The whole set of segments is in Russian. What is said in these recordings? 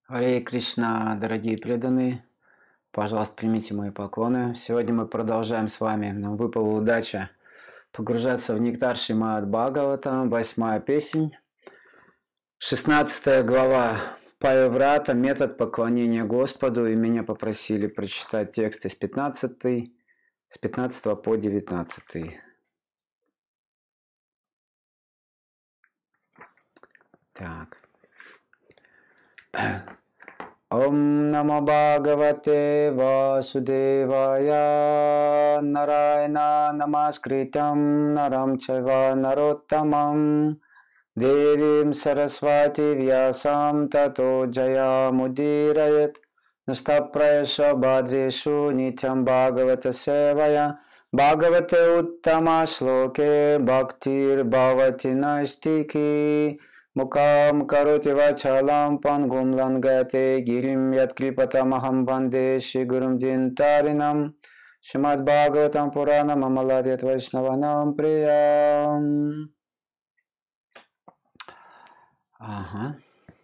Харе Кришна, дорогие преданные, пожалуйста, примите мои поклоны. Сегодня мы продолжаем с вами, нам выпала удача погружаться в нектар Шримад Бхагаватам, 8-я песнь, 16 глава Пайврата, метод поклонения Господу, и меня попросили прочитать текст с 15 по 19. Так. Ом намо Бхагавате Васудевая Нарайна намаскритям нарам чайва нароттамам Девим Сарасвати Vyasam тато джаямудирает Настапраеша бадрешу нитям Бхагавата севая Бхагавате уттама шлоке бхактир бхавати настики Мукам кароти вачалам пангум лангате гирим яткрипатамахам ванде шигурум динтаринам Шримад Бхагаватам Пуранам Амаладьят Вайшнаванам Приям. Ага.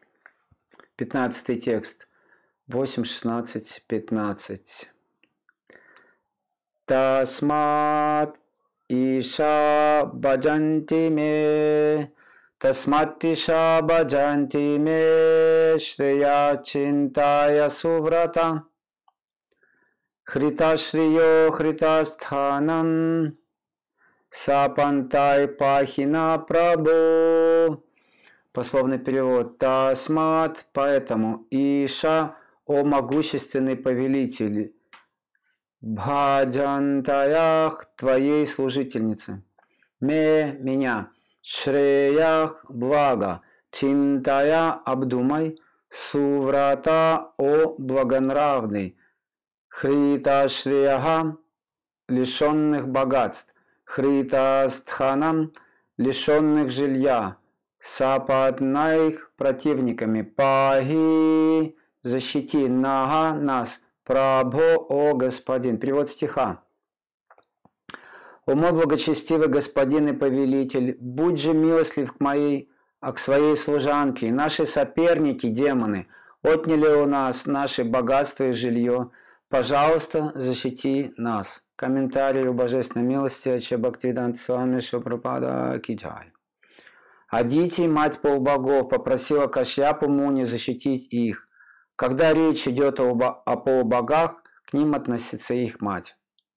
15 текст. 8, 16, 15. Тасмат иша баджанти ме Тасматтиша баджанти ме шрея чинтая суврата Хриташрио хритастханам Сапантай пахина прабу. Пословный перевод. Тасмат, поэтому, Иша, о могущественный повелитель, Бхаджантаях, твоей служительницы, меня, Шреях, благо, Чинтая, обдумай, Суврата, о благонравный, Хриташрияха, лишенных богатств, Хритастханам, лишенных жилья, Сапатнаих, противниками, Пахи, защити, Нага, нас, Прабхо, о господин. Перевод стиха. О мой благочестивый господин и повелитель, будь же милостлив к своей служанке. Наши соперники, демоны, отняли у нас наши богатства и жилье. Пожалуйста, защити нас. Комментарий у Божественной милости Аче Бхактивиданта Свами Шила Прабхупада Ки Джай. Адити, мать полубогов, попросила Кашьяпу Муни защитить их. Когда речь идет о полубогах, к ним относится их мать.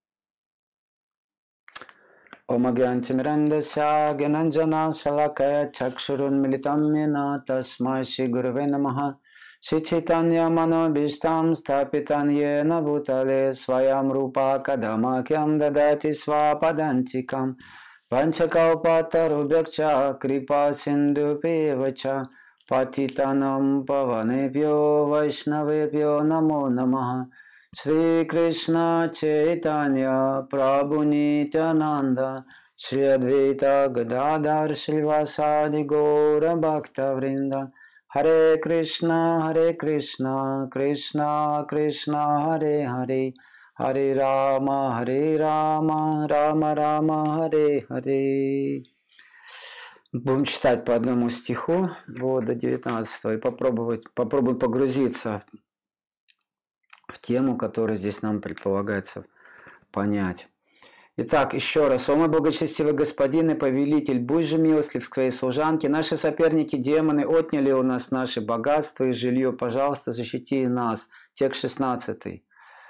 Ом агьянтимирандасya гьянанджана шалакая чакшурун милитам мена тасмай шри гурве намаха Шри Чайтанья манобхиштам стапитан йена бхутале сваям рупа кадамакьям дадати свападантикам Vanchakaupatarubhyaksha kripa sindhupevaccha patitanam pavanebhyo vaishnavebhyo namo namaha Shri Krishna Chaitanya Prabhu Nityananda Shri Advaita Gadadhar Srivasadi Gaura Bhakta Vrinda Hare Krishna Krishna Krishna Hare Hare Харе Рама, Рама Рама, Харе Харе. Будем читать по одному стиху до 19 и попробуем погрузиться в тему, которую здесь нам предполагается понять. Итак, еще раз. О мой благочестивый господин и повелитель, будь же милостлив к своей служанке. Наши соперники, демоны, отняли у нас наши богатства и жилье. Пожалуйста, защити нас. Текст 16.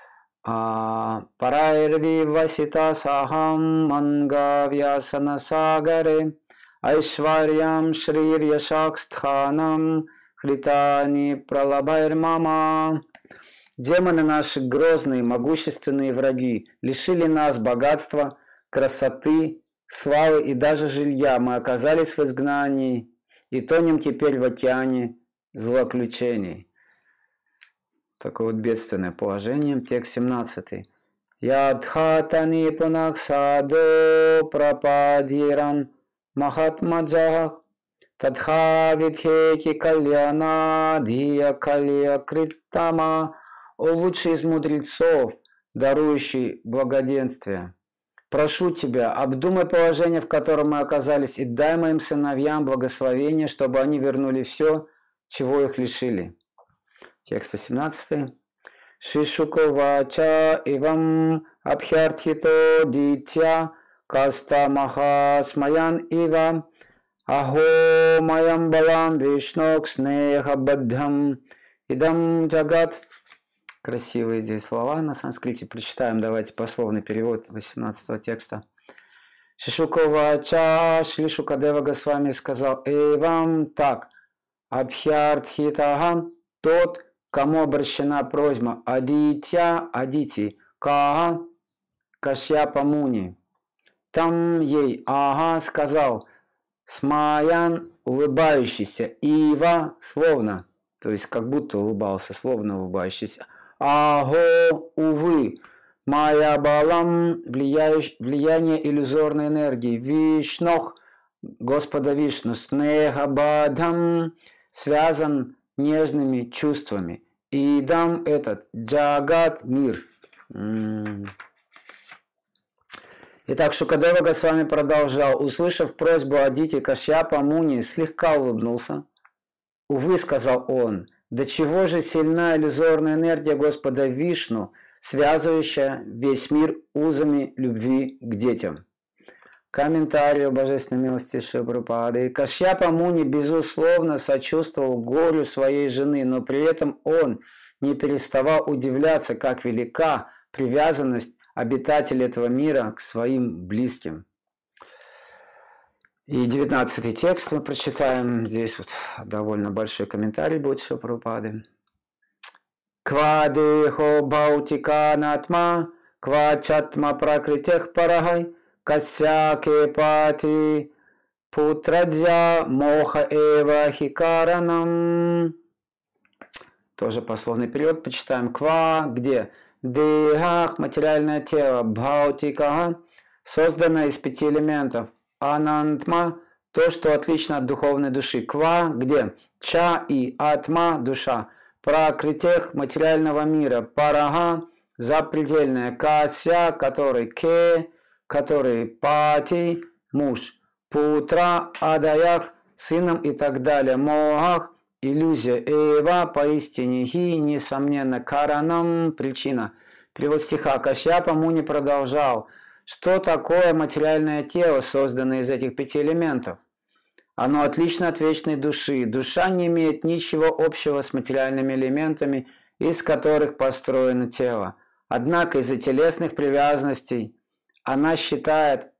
Парайрви васита сахам мангавьясана сагаре айшварьям шрир яшакстханам хритани пралабайр мама. Демоны наши грозные, могущественные враги лишили нас богатства, красоты, славы и даже жилья. Мы оказались в изгнании и тонем теперь в океане злоключений. Такое вот бедственное положение. Текст 17. Ядхатани пунаксадо прападиран махатмаджах тадха видхеки кальяна дия калья критама. О лучший из мудрецов, дарующий благоденствие, прошу тебя, обдумай положение, в котором мы оказались, и дай моим сыновьям благословение, чтобы они вернули все, чего их лишили. Текст 18. Шишуковача ивам абхьяртхито дитя каста маха смаян ива ахо маям балам вишнок снеха баддхам идам джагат. Красивые здесь слова на санскрите. Прочитаем, давайте пословный перевод 18 текста. Шишуковача Шри Шукадева Госвами сказал: «Эвам так, абхьяртхитаха, тот, кому обращена просьба, адитя, адити, кага, Кашьяпа Муни». Там ей ага сказал: смаян, улыбающийся, ива, словно, то есть как будто улыбался, словно улыбающийся, аго, увы, майя балам, влияние иллюзорной энергии, вишнох, Господа Вишну, снеха бадхам, связан нежными чувствами, и дам этот, джагат, мир. Итак, Шукадева Госвами продолжал. Услышав просьбу Адити, Кашьяпа Муни слегка улыбнулся. «Увы, — сказал он, — до чего же сильна иллюзорная энергия Господа Вишну, связывающая весь мир узами любви к детям». Комментарий о божественной милости Шрила Прабхупады. Кашьяпа Муни, безусловно, сочувствовал горю своей жены, но при этом он не переставал удивляться, как велика привязанность обитатели этого мира к своим близким. И 19 текст мы прочитаем. Здесь вот довольно большой комментарий будет Шрила Прабхупады. Квадехо баутика натма, квачатма пракритех парахай, касяке пати путрадзя моха эва хикаранам. Тоже пословный перевод почитаем. Ква, где? Дехах, материальное тело, бхаутика, созданное из 5 элементов, анантма, то, что отлично от духовной души, ква, где? Ча и атма, душа, пракритех, материального мира, парага, запредельное, кася, который ке, который пати, муж, путра, адаях, сыном и так далее, mohах, иллюзия, эва, поистине, хи, несомненно, каранам, причина. Перевод стиха. Кашьяпа Муни продолжал. Что такое материальное тело, созданное из этих 5 элементов? Оно отлично от вечной души. Душа не имеет ничего общего с материальными элементами, из которых построено тело. Однако из-за телесных привязанностей она считает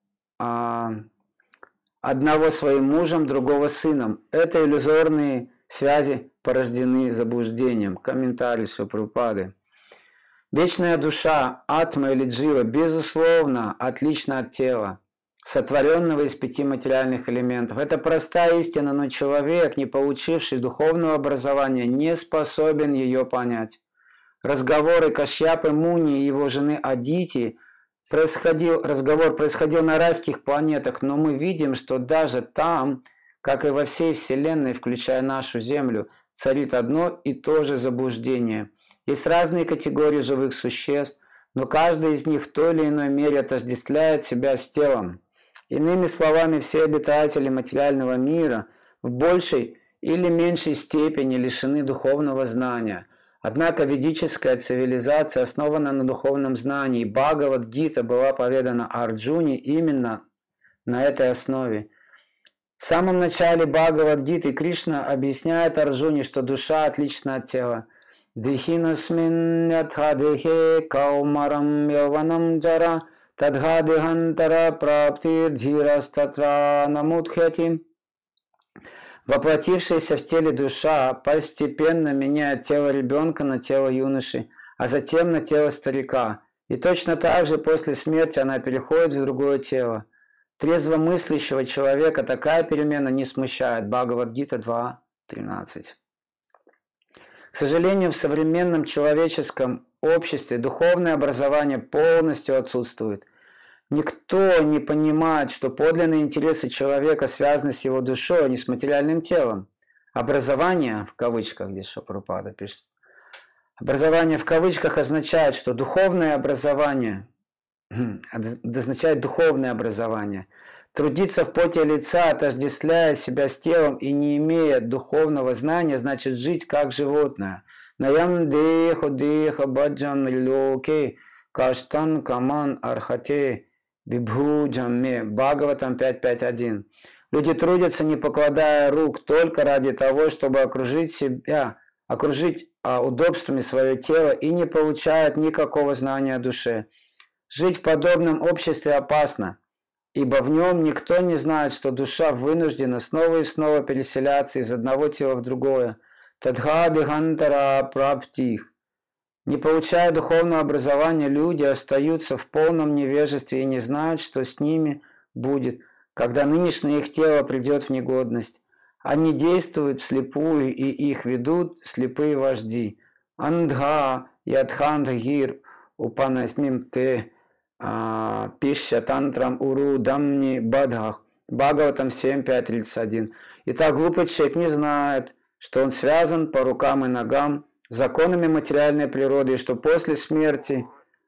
одного своим мужем, другого сыном. Это иллюзорные связи порождены заблуждением. Комментарий Шрилы Прабхупады. Вечная душа, атма или джива, безусловно, отлична от тела, сотворенного из 5 материальных элементов. Это простая истина, но человек, не получивший духовного образования, не способен ее понять. Разговоры Кашьяпы Муни и его жены Адити разговор происходил на райских планетах, но мы видим, что даже там, как и во всей Вселенной, включая нашу Землю, царит одно и то же заблуждение. Есть разные категории живых существ, но каждый из них в той или иной мере отождествляет себя с телом. Иными словами, все обитатели материального мира в большей или меньшей степени лишены духовного знания. Однако ведическая цивилизация основана на духовном знании. Бхагавад-гита была поведана Арджуне именно на этой основе. В самом начале Бхагавад-гиты Кришна объясняет Арджуне, что душа отлична от тела. Дихинасмин ятхадихе каумарам яванам джара тадхадихантара праптир дхирастатра намудхяти. Воплотившаяся в теле душа постепенно меняет тело ребенка на тело юноши, а затем на тело старика. И точно так же после смерти она переходит в другое тело. Трезвомыслящего человека такая перемена не смущает. Бхагавад-гита 2.13. К сожалению, в современном человеческом обществе духовное образование полностью отсутствует. Никто не понимает, что подлинные интересы человека связаны с его душой, а не с материальным телом. Образование, в кавычках, здесь Шрила Прабхупада пишет, образование в кавычках означает, что духовное образование, означает духовное образование. Трудиться в поте лица, отождествляя себя с телом и не имея духовного знания, значит жить как животное. Наям деха деха баджам локе каштан каман архате бибхуджамме. Бхагаватам 5.5.1. Люди трудятся, не покладая рук, только ради того, чтобы окружить удобствами свое тело и не получают никакого знания о душе. Жить в подобном обществе опасно, ибо в нем никто не знает, что душа вынуждена снова и снова переселяться из одного тела в другое. Тадхадыхантара праптих. Не получая духовного образования, люди остаются в полном невежестве и не знают, что с ними будет, когда нынешнее их тело придет в негодность. Они действуют вслепую, и их ведут слепые вожди. Андха ядхандхир упанасмим те пища тантрам уру дамни бадхах. Бхагаватам 7.5.31. Итак, глупый человек не знает, что он связан по рукам и ногам законами материальной природы, и что после смерти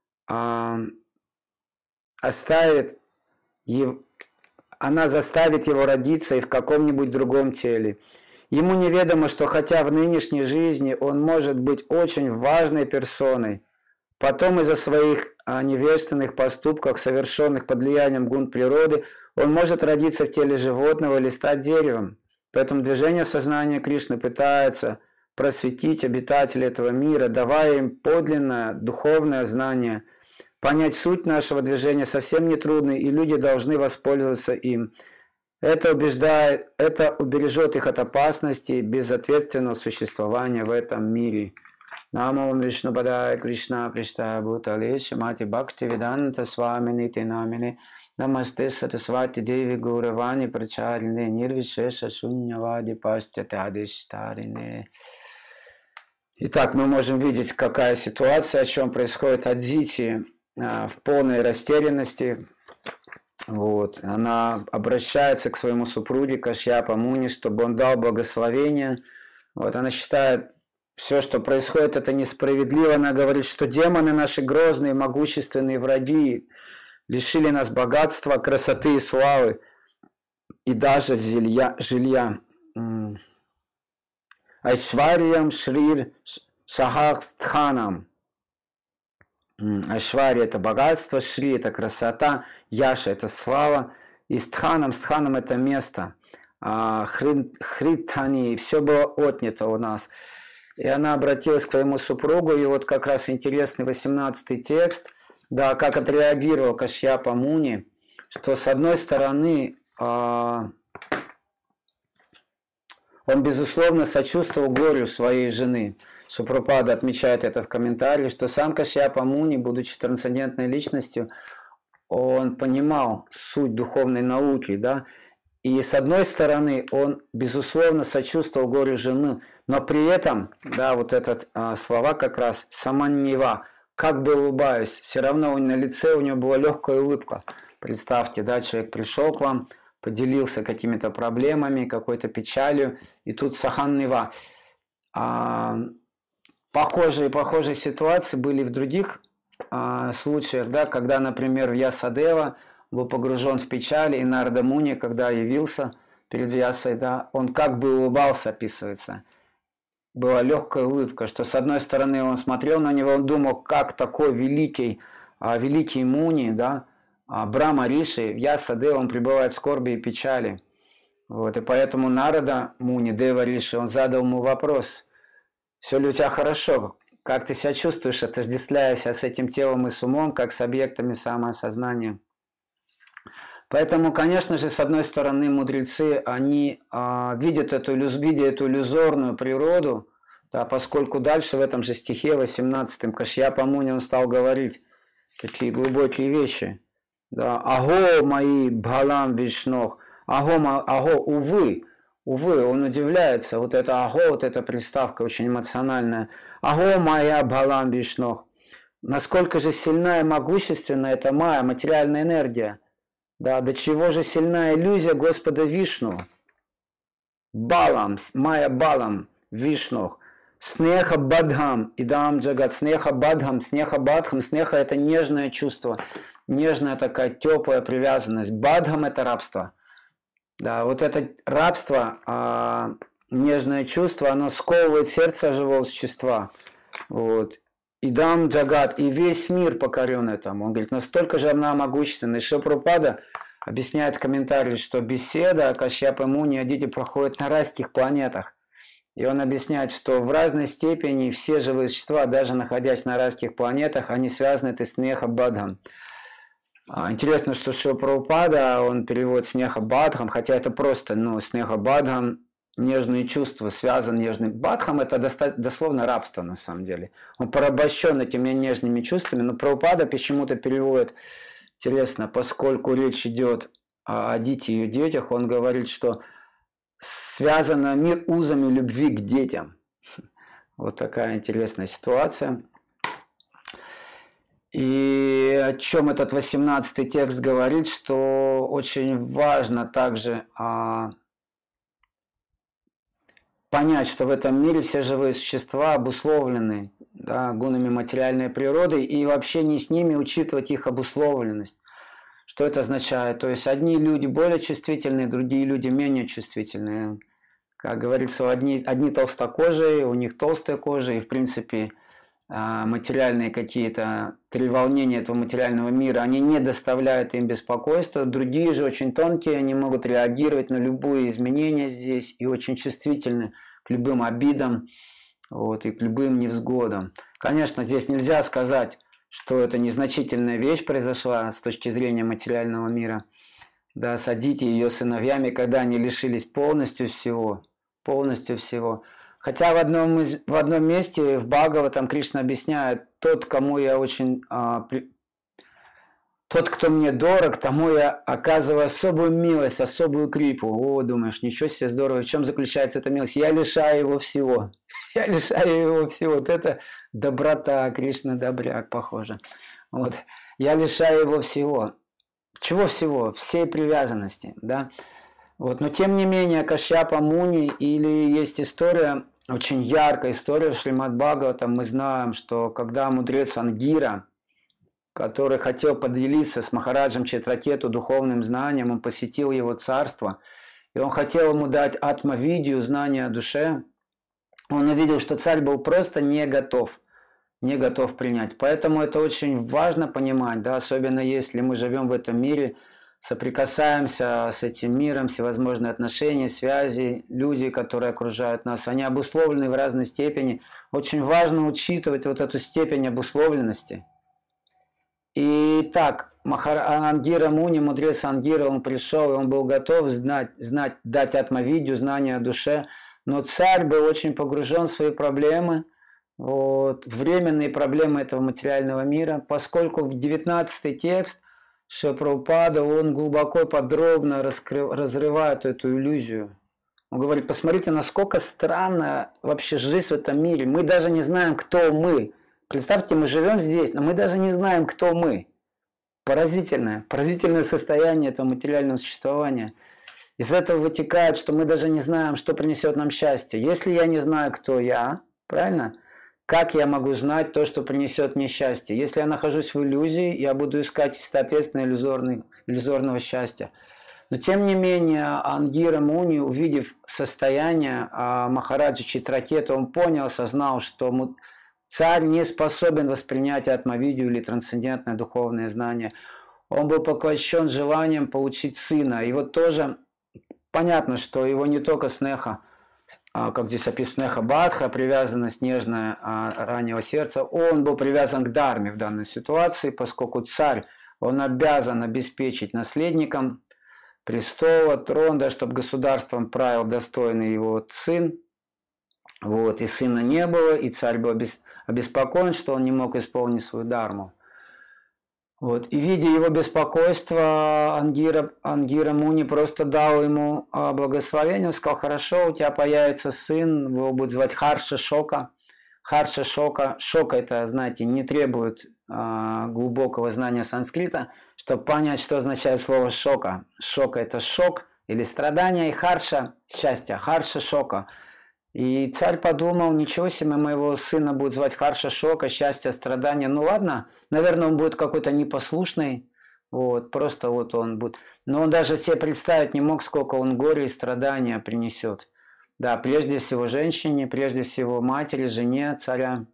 она заставит его родиться и в каком-нибудь другом теле. Ему неведомо, что хотя в нынешней жизни он может быть очень важной персоной, потом из-за своих невежественных поступков, совершенных под влиянием гун природы, он может родиться в теле животного или стать деревом. Поэтому движение сознания Кришны пытается просветить обитателей этого мира, давая им подлинное духовное знание. Понять суть нашего движения совсем нетрудно, и люди должны воспользоваться им. Это убережет их от опасности безответственного существования в этом мире. Намо Вишну Падая Кришна Пришта Бхутале Шимати Бхакти Веданта Свамини Тенамини Намасте Сарасвати Деви Гуравани Прачарине Нирвишеша Шуньявади Паштяте Адиштарине. Итак, мы можем видеть, какая ситуация, о чем происходит Адити в полной растерянности. Вот. Она обращается к своему супруге Кашьяпа Муни, чтобы он дал благословение. Вот. Она считает, все, что происходит, это несправедливо. Она говорит, что демоны наши грозные, могущественные враги лишили нас богатства, красоты и славы, и даже жилья. Айшвариям Шрир Шахастханам. Айшвари – это богатство, Шри – это красота, Яша – это слава, и Стханом – это место. Хритани – все было отнято у нас. И она обратилась к своему супругу, и вот как раз интересный 18-й текст, да, как отреагировал Кашьяпа Муни, что с одной стороны он, безусловно, сочувствовал горю своей жены. Шупрапада отмечает это в комментарии, что сам Кашьяпа Муни, будучи трансцендентной личностью, он понимал суть духовной науки, да, и с одной стороны он, безусловно, сочувствовал горю жены, но при этом, да, вот этот слова как раз «саманнива», как бы улыбаюсь, все равно на лице у него была легкая улыбка. Представьте, да, человек пришел к вам, поделился какими-то проблемами, какой-то печалью, и тут саханнива. Похожие ситуации были в других случаях, да, когда, например, Вьясадева был погружен в печаль, и Нарада Муни, когда явился перед Вьясой, да, он как бы улыбался, описывается. Была легкая улыбка, что с одной стороны он смотрел на него, он думал, как такой великий Муни, да, Брахма Риши, Вьясадева, он пребывает в скорби и печали. Вот, и поэтому Нарада Муни, Дева Риши, он задал ему вопрос: все ли у тебя хорошо? Как ты себя чувствуешь, отождествляясь с этим телом и с умом, как с объектами самоосознания? Поэтому, конечно же, с одной стороны, мудрецы, они видя эту иллюзорную природу, да, поскольку дальше в этом же стихе 18-м Кашьяпа Муни он стал говорить такие глубокие вещи. Да, «Аго мои бхалам вишнох», «Аго, увы», он удивляется, вот это «аго», вот эта приставка очень эмоциональная. «Аго моя бхалам вишнох». Насколько же сильна и могущественна эта майя, материальная энергия. Да, до чего же сильна иллюзия Господа Вишну. Балам, майя балам, вишнох. Снеха бадхам, идам джагат, снеха бадхам, снеха это нежное чувство, нежная такая теплая привязанность. Бадхам это рабство. Да, вот это рабство нежное чувство, оно сковывает сердце живого существа. Вот. Идам Джагат, и весь мир покорен этому. Он говорит, настолько же она могущественна. И Шрила Прабхупада объясняет в комментарии, что беседа Кашьяпы Муни о Дите проходит на райских планетах. И он объясняет, что в разной степени все живые существа, даже находясь на райских планетах, они связаны этой снеха бадхам. Интересно, что Шрила Прабхупада, он переводит снеха бадхам, хотя это просто, снеха бадхам, нежные чувства, связан нежным. Бадхам это дословно рабство на самом деле. Он порабощен этими нежными чувствами, но Прабхупада почему-то переводит, интересно, поскольку речь идет о Дите и ее детях, он говорит, что связано мир узами любви к детям. Вот такая интересная ситуация. И о чем этот 18-й текст говорит, что очень важно также понять, что в этом мире все живые существа обусловлены гунами материальной природы, и вообще не с ними учитывать их обусловленность. Что это означает? То есть одни люди более чувствительные, другие люди менее чувствительные. Как говорится, одни толстокожие, у них толстая кожа, и в принципе материальные какие-то треволнения этого материального мира, они не доставляют им беспокойства. Другие же очень тонкие, они могут реагировать на любые изменения здесь и очень чувствительны к любым обидам, и к любым невзгодам. Конечно, здесь нельзя сказать, что это незначительная вещь произошла с точки зрения материального мира. Да, с Адити и ее сыновьями, когда они лишились полностью всего. Хотя в одном месте в Бхагаватам Кришна объясняет, тот, кто мне дорог, тому я оказываю особую милость, особую крипу. Думаешь, ничего себе, здорово. В чем заключается эта милость? Я лишаю его всего. Вот это доброта, Кришна добряк, похоже. Я лишаю его всего. Чего всего? Всей привязанности, да? Но тем не менее, Кашьяпа Муни, или есть история, очень яркая история в Шримад Бхагаватам, мы знаем, что когда мудрец Ангира, который хотел поделиться с Махараджем Читракету духовным знанием, он посетил его царство, и он хотел ему дать атма-видию, знание о душе, он увидел, что царь был просто не готов принять. Поэтому это очень важно понимать, да, особенно если мы живем в этом мире, соприкасаемся с этим миром, всевозможные отношения, связи, люди, которые окружают нас, они обусловлены в разной степени. Очень важно учитывать вот эту степень обусловленности. И так, Ангира Муни, мудрец Ангира, он пришел, и он был готов дать атма-видию, знание о душе, но царь был очень погружен в свои проблемы, временные проблемы этого материального мира, поскольку в 19-й текст Шрила Прабхупада, он глубоко и подробно разрывает эту иллюзию. Он говорит, посмотрите, насколько странна вообще жизнь в этом мире. Мы даже не знаем, кто мы. Представьте, мы живем здесь, но мы даже не знаем, кто мы. Поразительное состояние этого материального существования. Из этого вытекает, что мы даже не знаем, что принесет нам счастье. Если я не знаю, кто я, правильно? Как я могу знать то, что принесет мне счастье? Если я нахожусь в иллюзии, я буду искать, соответственно, иллюзорного счастья. Но, тем не менее, Ангира Муни, увидев состояние Махараджа Читракета, он понял, осознал, что царь не способен воспринять атма-видию или трансцендентное духовное знание. Он был поглощен желанием получить сына. И тоже понятно, что его не только снеха, как здесь описано, снеха бадха, привязанность нежная раннего сердца, он был привязан к дхарме в данной ситуации, поскольку царь, он обязан обеспечить наследникам престола, трона, чтобы государством правил достойный его сын. И сына не было, и царь был обеспокоен, что он не мог исполнить свою дхарму. И видя его беспокойство, Ангира Муни просто дал ему благословение. Он сказал, хорошо, у тебя появится сын, его будут звать Харша Шока. Харша Шока. Шока это, знаете, не требует глубокого знания санскрита, чтобы понять, что означает слово шока. Шока это шок или страдание, и Харша счастье. Харша Шока. И царь подумал, ничего себе, моего сына будет звать Харша Шока, счастье, страдания. Ну ладно, наверное, он будет какой-то непослушный, просто он будет. Но он даже себе представить не мог, сколько он горя и страдания принесет. Да, прежде всего женщине, прежде всего матери, жене царя.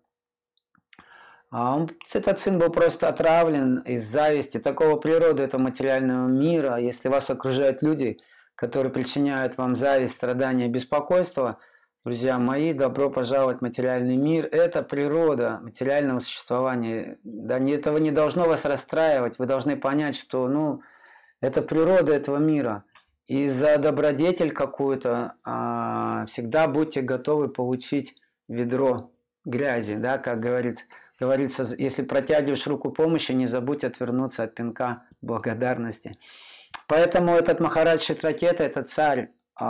Этот сын был просто отравлен из зависти, такого природы этого материального мира. Если вас окружают люди, которые причиняют вам зависть, страдания, беспокойство, друзья мои, добро пожаловать в материальный мир. Это природа материального существования. Да, этого не должно вас расстраивать. Вы должны понять, что это природа этого мира. И за добродетель какую-то всегда будьте готовы получить ведро грязи, да, как говорится, если протягиваешь руку помощи, не забудь отвернуться от пинка благодарности. Поэтому этот Махарадж Читракета, этот царь,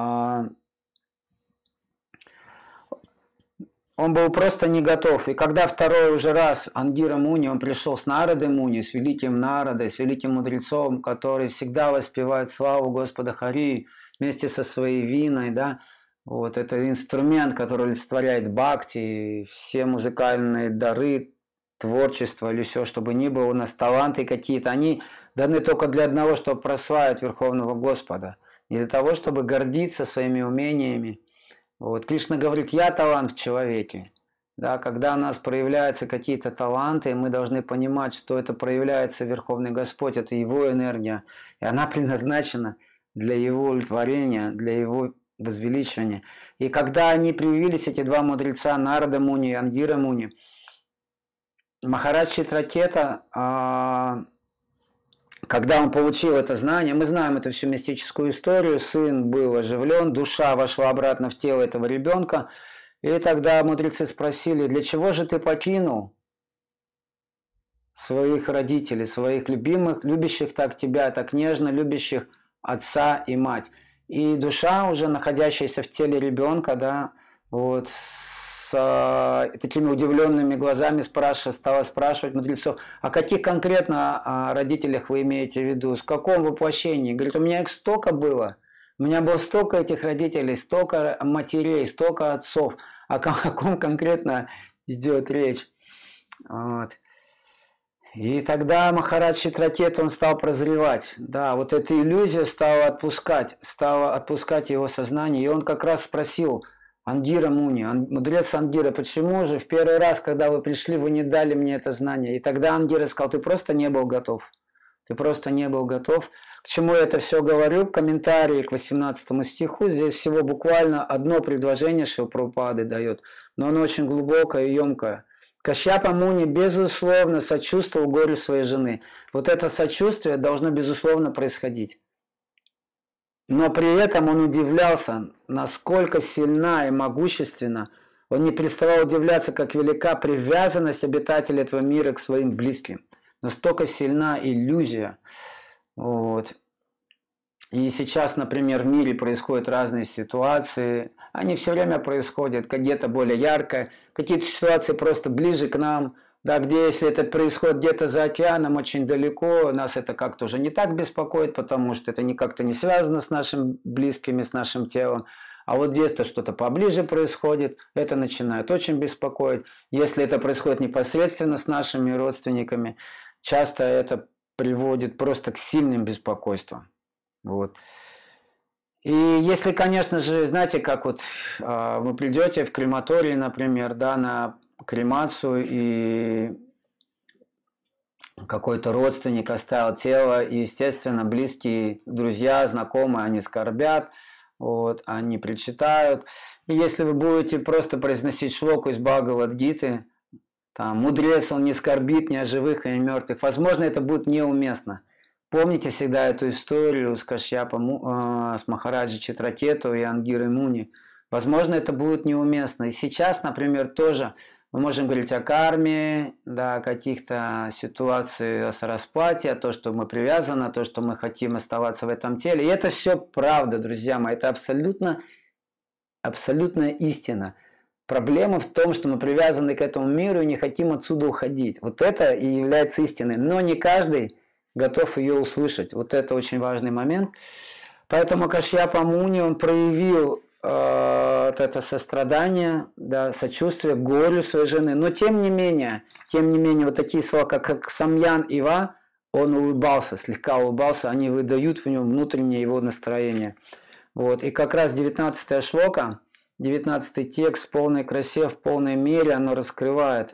он был просто не готов. И когда второй уже раз Ангира Муни, он пришел с Нарадой Муни, с великим Нарадой, с великим мудрецом, который всегда воспевает славу Господа Хари вместе со своей виной, да, вот это инструмент, который олицетворяет бхакти, все музыкальные дары, творчество или все, чтобы ни было, у нас таланты какие-то, они даны только для одного, чтобы прославить Верховного Господа, не для того, чтобы гордиться своими умениями. Вот. Кришна говорит, я талант в человеке. Да, когда у нас проявляются какие-то таланты, мы должны понимать, что это проявляется Верховный Господь, это Его энергия, и она предназначена для Его удовлетворения, для Его возвеличивания. И когда они привились, эти два мудреца, Нарада Муни и Ангира Муни, Махарадж Читракета, когда он получил это знание, мы знаем эту всю мистическую историю, сын был оживлен, душа вошла обратно в тело этого ребенка, и тогда мудрецы спросили, для чего же ты покинул своих родителей, своих любимых, любящих так тебя, так нежно, любящих отца и мать. И душа, уже находящаяся в теле ребенка, да, вот, с такими удивленными глазами стала спрашивать мудрецов, о каких конкретно родителях вы имеете в виду, в каком воплощении? Говорит, у меня их столько было, у меня было столько этих родителей, столько матерей, столько отцов, о каком конкретно идет речь? Вот. И тогда Махарадж Читракета, он стал прозревать. Да, вот эта иллюзия стала отпускать его сознание. И он как раз спросил Ангира Муни, мудрец Ангира, почему же в первый раз, когда вы пришли, вы не дали мне это знание? И тогда Ангира сказал, ты просто не был готов. Ты просто не был готов. К чему я это все говорю? Комментарии к 18 стиху. Здесь всего буквально одно предложение Шрила Прабхупады дает, но оно очень глубокое и емкое. Кашьяпа Муни безусловно сочувствовал горю своей жены. Вот это сочувствие должно безусловно происходить. Но при этом он удивлялся, насколько сильна и могущественна. Он не переставал удивляться, как велика привязанность обитателей этого мира к своим близким. Настолько сильна иллюзия. Вот. И сейчас, например, в мире происходят разные ситуации. Они все время происходят, где-то более ярко. Какие-то ситуации просто ближе к нам. Да, где, если это происходит где-то за океаном, очень далеко, нас это как-то уже не так беспокоит, потому что это как-то не связано с нашими близкими, с нашим телом. А вот где-то что-то поближе происходит, это начинает очень беспокоить. Если это происходит непосредственно с нашими родственниками, часто это приводит просто к сильным беспокойствам. Вот. И если, конечно же, знаете, как вот вы придете в крематорий, например, да, на кремацию, и какой-то родственник оставил тело, и, естественно, близкие, друзья, знакомые, они скорбят, вот, они причитают. И если вы будете просто произносить шлоку из Бхагавад-гиты, там, мудрец, он не скорбит ни о живых, ни о мертвых, возможно, это будет неуместно. Помните всегда эту историю с с Махараджи Читракету и Ангирой Муни. Возможно, это будет неуместно. И сейчас, например, тоже мы можем говорить о карме, да, о каких-то ситуациях, о сарасплате, о том, что мы привязаны, о том, что мы хотим оставаться в этом теле. И это все правда, друзья мои, это абсолютная истина. Проблема в том, что мы привязаны к этому миру и не хотим отсюда уходить. Вот это и является истиной. Но не каждый готов ее услышать. Вот это очень важный момент. Поэтому Кашьяпа Муни, он проявил это сострадание, да, сочувствие к горю своей жены. Но тем не менее, вот такие слова, как Самьян Ива, он улыбался, слегка улыбался, они выдают в нем внутреннее его настроение. Вот. И как раз 19-я шлока, 19 текст в полной красе, в полной мере оно раскрывает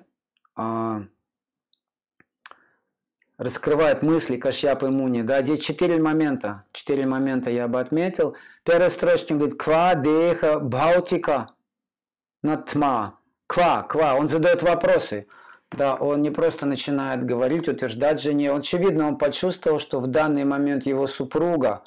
мысли Кашьяпы Муни. Да, здесь 4 момента я бы отметил. Первый строчник говорит «Ква деха бхаутика натма». Ква. Он задает вопросы. Да, он не просто начинает говорить, утверждать жене. Очевидно, он почувствовал, что в данный момент его супруга,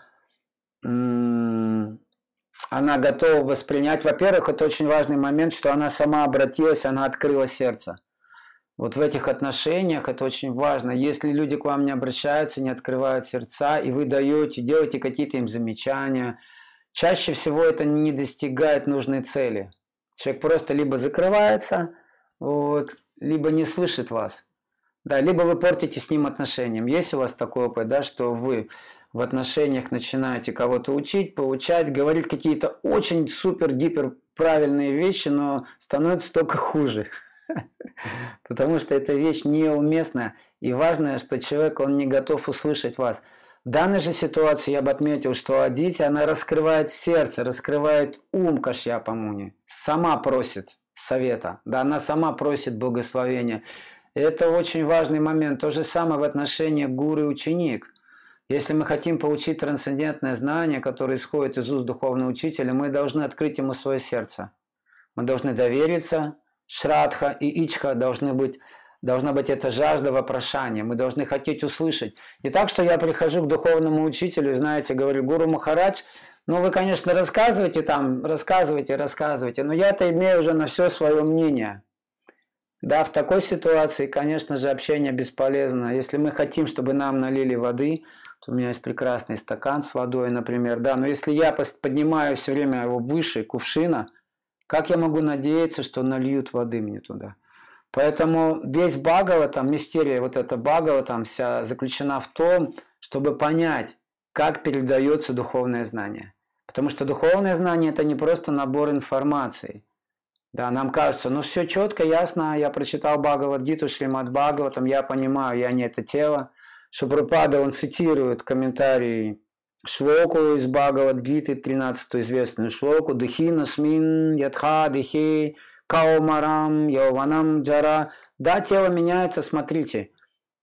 она готова воспринять. Во-первых, это очень важный момент, что она сама обратилась, она открыла сердце. Вот в этих отношениях это очень важно. Если люди к вам не обращаются, не открывают сердца, и вы делаете какие-то им замечания, чаще всего это не достигает нужной цели. Человек просто либо закрывается, либо не слышит вас. Да, либо вы портите с ним отношения. Есть у вас такой опыт, да, что вы в отношениях начинаете кого-то учить, поучать, говорить какие-то очень супер-дипер правильные вещи, но становится только хуже. Потому что эта вещь неуместна. И важно, что человек, он не готов услышать вас. В данной же ситуации я бы отметил, что Адити, она раскрывает сердце, раскрывает ум Кашьяпа Муни. Сама просит совета. Да, она сама просит благословения. И это очень важный момент. То же самое в отношении гуру и ученик. Если мы хотим получить трансцендентное знание, которое исходит из уст духовного учителя, мы должны открыть ему свое сердце. Мы должны довериться. Шрадха и ичха должна быть эта жажда вопрошания. Мы должны хотеть услышать. Не так, что я прихожу к духовному учителю, знаете, говорю: Гуру Махарадж, ну вы, конечно, рассказывайте, но я-то имею уже на все свое мнение. Да, в такой ситуации, конечно же, общение бесполезно. Если мы хотим, чтобы нам налили воды, то у меня есть прекрасный стакан с водой, например, да, но если я поднимаю все время его выше кувшина, как я могу надеяться, что нальют воды мне туда? Поэтому весь Бхагаватам, мистерия вот эта Бхагаватам вся заключена в том, чтобы понять, как передается духовное знание. Потому что духовное знание – это не просто набор информации. Да, нам кажется, ну все четко, ясно, я прочитал Бхагавад-гиту, Шримад Бхагаватам, я понимаю, я не это тело. Шупрапада, он цитирует комментарии шлоку из Бхагавад-гиты, 13-ю известную шлоку, «Духина смин ядха дихи каумарам йованам джара». Да, тело меняется, смотрите.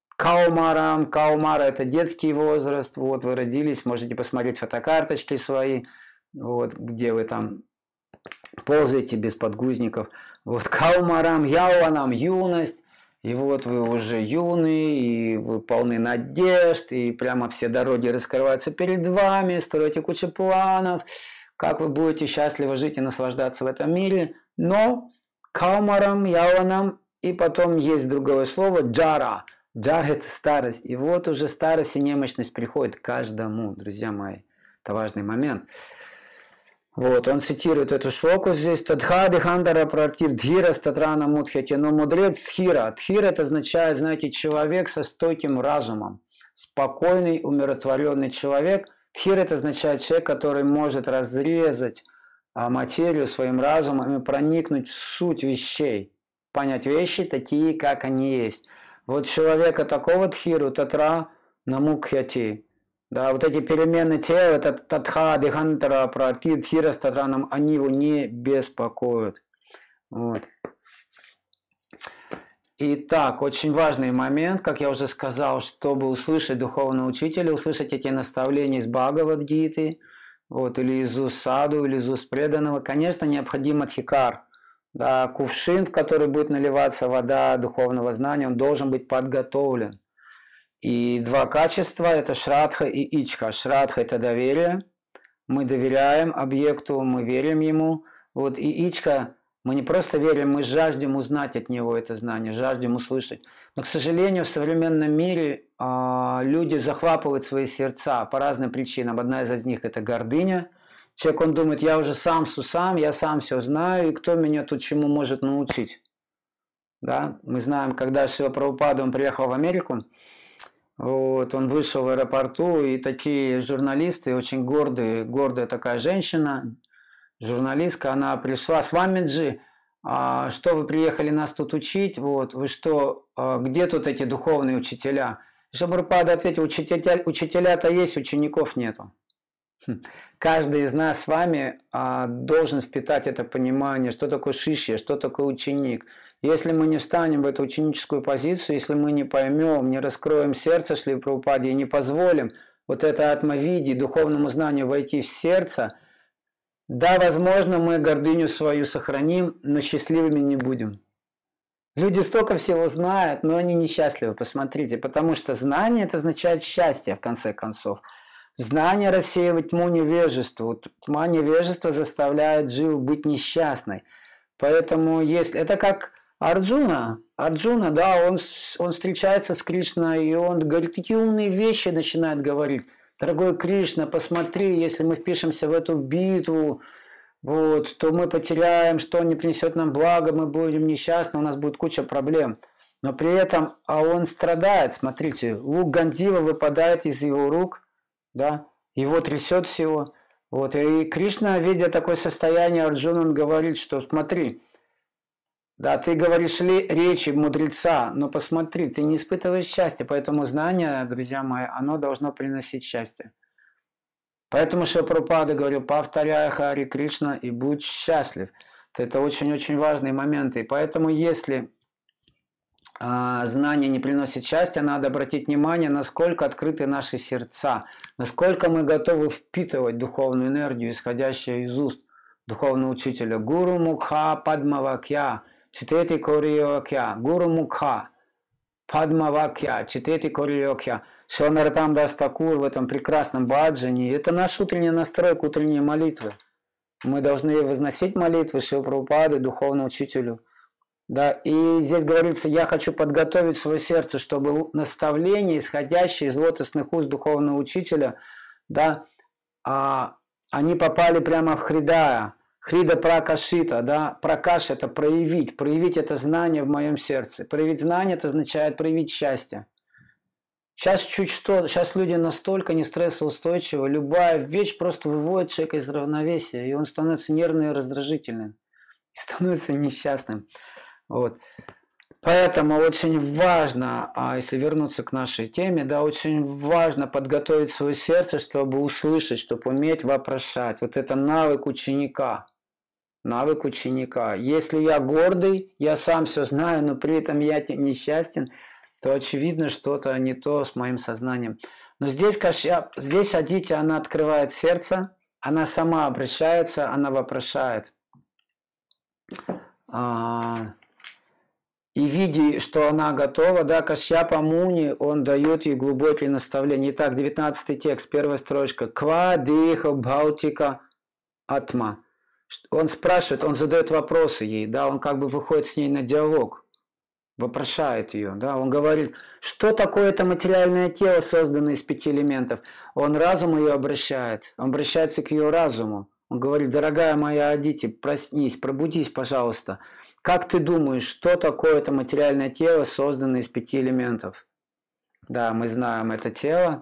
Каумара – это детский возраст, вот вы родились, можете посмотреть фотокарточки свои, вот, где вы там ползаете без подгузников. Вот каумарам яуванам – юность. И вот вы уже юный, и вы полны надежд, и прямо все дороги раскрываются перед вами, строите кучу планов, как вы будете счастливо жить и наслаждаться в этом мире. Но каумарам, яванам, и потом есть другое слово джара. Джара – это старость. И вот уже старость и немощность приходит к каждому, друзья мои. Это важный момент. Вот, он цитирует эту шлоку здесь. Тадхади хандара пратир дхира статрана мудхяти. Но мудрец дхира. Дхира это означает, знаете, человек со стойким разумом. Спокойный, умиротворенный человек. Дхира это означает человек, который может разрезать материю своим разумом и проникнуть в суть вещей. Понять вещи такие, как они есть. Вот человека такого дхиру, татра намукхяти. Да, вот эти перемены тела, это татха, дихантара, пратир, дхира с татраном, они его не беспокоят. Вот. Итак, очень важный момент, как я уже сказал, чтобы услышать духовного учителя, услышать эти наставления из Бхагавад-гиты, вот, или из уст саду, или из уст преданного, конечно, необходим адхикар. Да, кувшин, в который будет наливаться вода духовного знания, он должен быть подготовлен. И два качества – это шрадха и ичха. Шрадха – это доверие. Мы доверяем объекту, мы верим ему. Вот, и ичха – мы не просто верим, мы жаждем узнать от него это знание, жаждем услышать. Но, к сожалению, в современном мире люди захватывают свои сердца по разным причинам. Одна из них – это гордыня. Человек, он думает, я уже сам сусам, я сам все знаю, и кто меня тут чему может научить? Да? Мы знаем, когда Шрила Прабхупада, он приехал в Америку, вот, он вышел в аэропорту, и такие журналисты, очень гордая такая женщина, журналистка, она пришла: «Свамиджи, что вы приехали нас тут учить? Вот, вы что, где тут эти духовные учителя?» Шрила Прабхупада ответил: учителя-то есть, учеников нету. Каждый из нас с вами должен впитать это понимание, что такое шишья, что такое ученик. Если мы не встанем в эту ученическую позицию, если мы не поймем, не раскроем сердце Шрила Прабхупады и не позволим вот это атмавиди, духовному знанию войти в сердце, да, возможно, мы гордыню свою сохраним, но счастливыми не будем. Люди столько всего знают, но они несчастливы, посмотрите, потому что знание – это означает счастье, в конце концов. Знание рассеивает тьму невежества. Тьма невежества заставляет Дживу быть несчастной. Поэтому если это как Арджуна, да, он встречается с Кришной, и он говорит, такие умные вещи начинает говорить. Дорогой Кришна, посмотри, если мы впишемся в эту битву, вот, то мы потеряем, что не принесет нам благо, мы будем несчастны, у нас будет куча проблем. Но при этом, он страдает, смотрите, лук Гандива выпадает из его рук, да, его трясет всего. Вот, и Кришна, видя такое состояние Арджуна, он говорит, что смотри, да, ты говоришь речи мудреца, но посмотри, ты не испытываешь счастья, поэтому знание, друзья мои, оно должно приносить счастье. Поэтому Шрила Прабхупада говорил, повторяй Хари Кришна и будь счастлив. Это очень-очень важные моменты. И поэтому, если знание не приносит счастья, надо обратить внимание, насколько открыты наши сердца, насколько мы готовы впитывать духовную энергию, исходящую из уст духовного учителя. Гуру Мукха Падмавакья, Читети Кориокья, Гуру Мукха Падмавакья, Читети Кориокья. Шрила Нароттам Дас Такур в этом прекрасном баджане. Это наш утренний настройка, утренние молитвы. Мы должны возносить молитвы Шрилы Прабхупады, духовному учителю. Да, и здесь говорится, я хочу подготовить свое сердце, чтобы наставления, исходящие из лотосных уст духовного учителя, да, они попали прямо в Хридая. Хрида Пракашита, да, Пракаш – это проявить это знание в моем сердце. Проявить знание – это означает проявить счастье. Сейчас люди настолько не стрессоустойчивы, любая вещь просто выводит человека из равновесия, и он становится нервным и раздражительным, и становится несчастным. Вот. Поэтому очень важно, если вернуться к нашей теме, да, очень важно подготовить свое сердце, чтобы услышать, чтобы уметь вопрошать. Вот это навык ученика. Навык ученика. Если я гордый, я сам все знаю, но при этом я несчастен, то очевидно что-то не то с моим сознанием. Но здесь Адити, она открывает сердце, она сама обращается, она вопрошает. И видя, что она готова, да, Кашьяпа Муни, он дает ей глубокие наставления. Итак, 19 текст, первая строчка. Ква диха бхаутика атма. Он спрашивает, он задает вопросы ей, да, он как бы выходит с ней на диалог. Вопрошает ее, да, он говорит, что такое это материальное тело, созданное из 5 элементов. Он разум ее обращает, он обращается к ее разуму. Он говорит, дорогая моя Адити, проснись, пробудись, пожалуйста. Как ты думаешь, что такое это материальное тело, созданное из 5 элементов? Да, мы знаем это тело,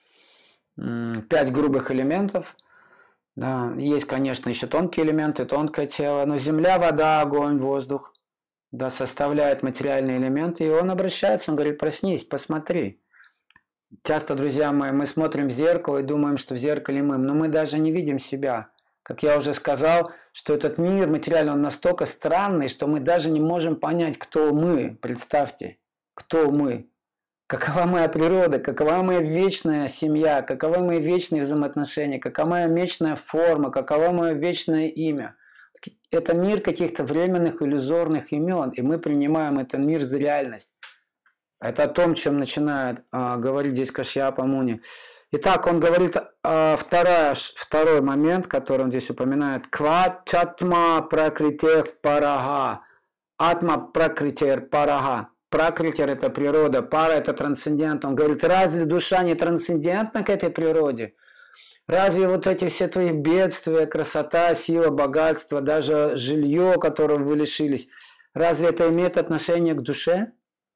5 грубых элементов. Да, есть, конечно, еще тонкие элементы, тонкое тело, но земля, вода, огонь, воздух. Да, составляют материальные элементы, и он обращается, он говорит, проснись, посмотри. Часто, друзья мои, мы смотрим в зеркало и думаем, что в зеркале мы, но мы даже не видим себя. Как я уже сказал, что этот мир материальный, он настолько странный, что мы даже не можем понять, кто мы. Представьте, кто мы. Какова моя природа, какова моя вечная семья, каковы мои вечные взаимоотношения, какова моя вечная форма, каково мое вечное имя. Это мир каких-то временных иллюзорных имен, и мы принимаем этот мир за реальность. Это о том, чем начинает говорить здесь Кашьяпа Муни. Итак, он говорит второй момент, который он здесь упоминает. Квачатма пракритер парага. Атма пракритер парага. Пракритер – это природа, пара – это трансцендент. Он говорит, разве душа не трансцендентна к этой природе? Разве вот эти все твои бедствия, красота, сила, богатство, даже жилье, которого вы лишились, разве это имеет отношение к душе?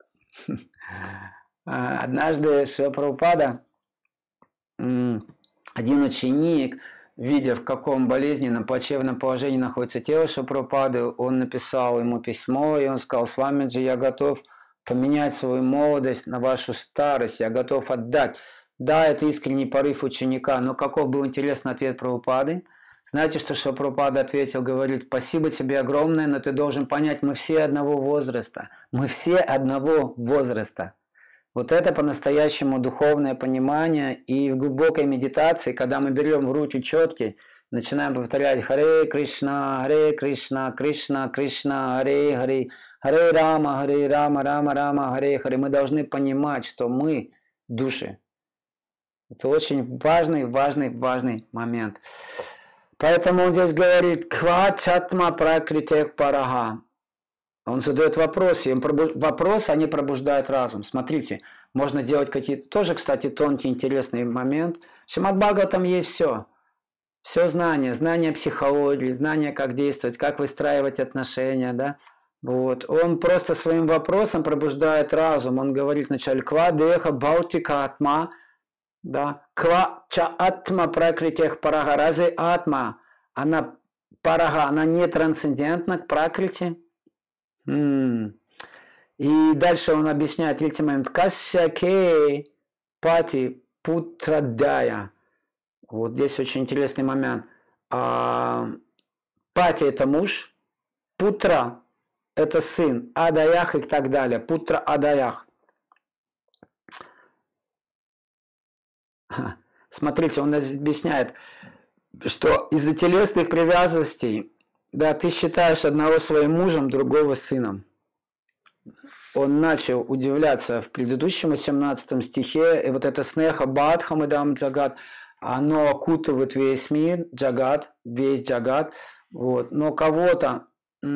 Однажды Шрила Прабхупада, один ученик, видя, в каком болезненном, плачевном положении находится тело Шрила Прабхупады, он написал ему письмо, и он сказал, Свамиджи, я готов поменять свою молодость на вашу старость, я готов отдать Да, это искренний порыв ученика, но каков был интересный ответ Прабхупады? Знаете, что Прабхупада ответил, говорит, спасибо тебе огромное, но ты должен понять, мы все одного возраста. Мы все одного возраста. Вот это по-настоящему духовное понимание, и в глубокой медитации, когда мы берем в руки четки, начинаем повторять Харе Кришна, Кришна, Кришна, Харе Харе, Харе Рама, Рама Рама, Харе Харе, мы должны понимать, что мы души. Это очень важный момент. Поэтому он здесь говорит «Ква чатма пракритех параха». Он задает вопросы, вопрос, они пробуждают разум. Смотрите, можно делать какие-то, тоже, кстати, тонкий, интересный момент. В Шримад Бхагаватам есть все. Все знание психологии, знание, как действовать, как выстраивать отношения, да. Вот. Он просто своим вопросом пробуждает разум. Он говорит вначале «Ква деха баутика атма». Да. Ква ча атма пракритех парага. Разве атма, она парага, она не трансцендентна к пракрити? И дальше он объясняет третий момент. Касяке пати путрадая. Вот здесь очень интересный момент. Пати это муж, путра это сын, адаях и так далее. Путра адаях. Смотрите, он объясняет, что из-за телесных привязанностей, да, ты считаешь одного своим мужем, другого сыном. Он начал удивляться в предыдущем 18 стихе, и вот это снеха бадхамадам джагат, оно окутывает весь мир, джагат, весь джагат, вот. Но кого-то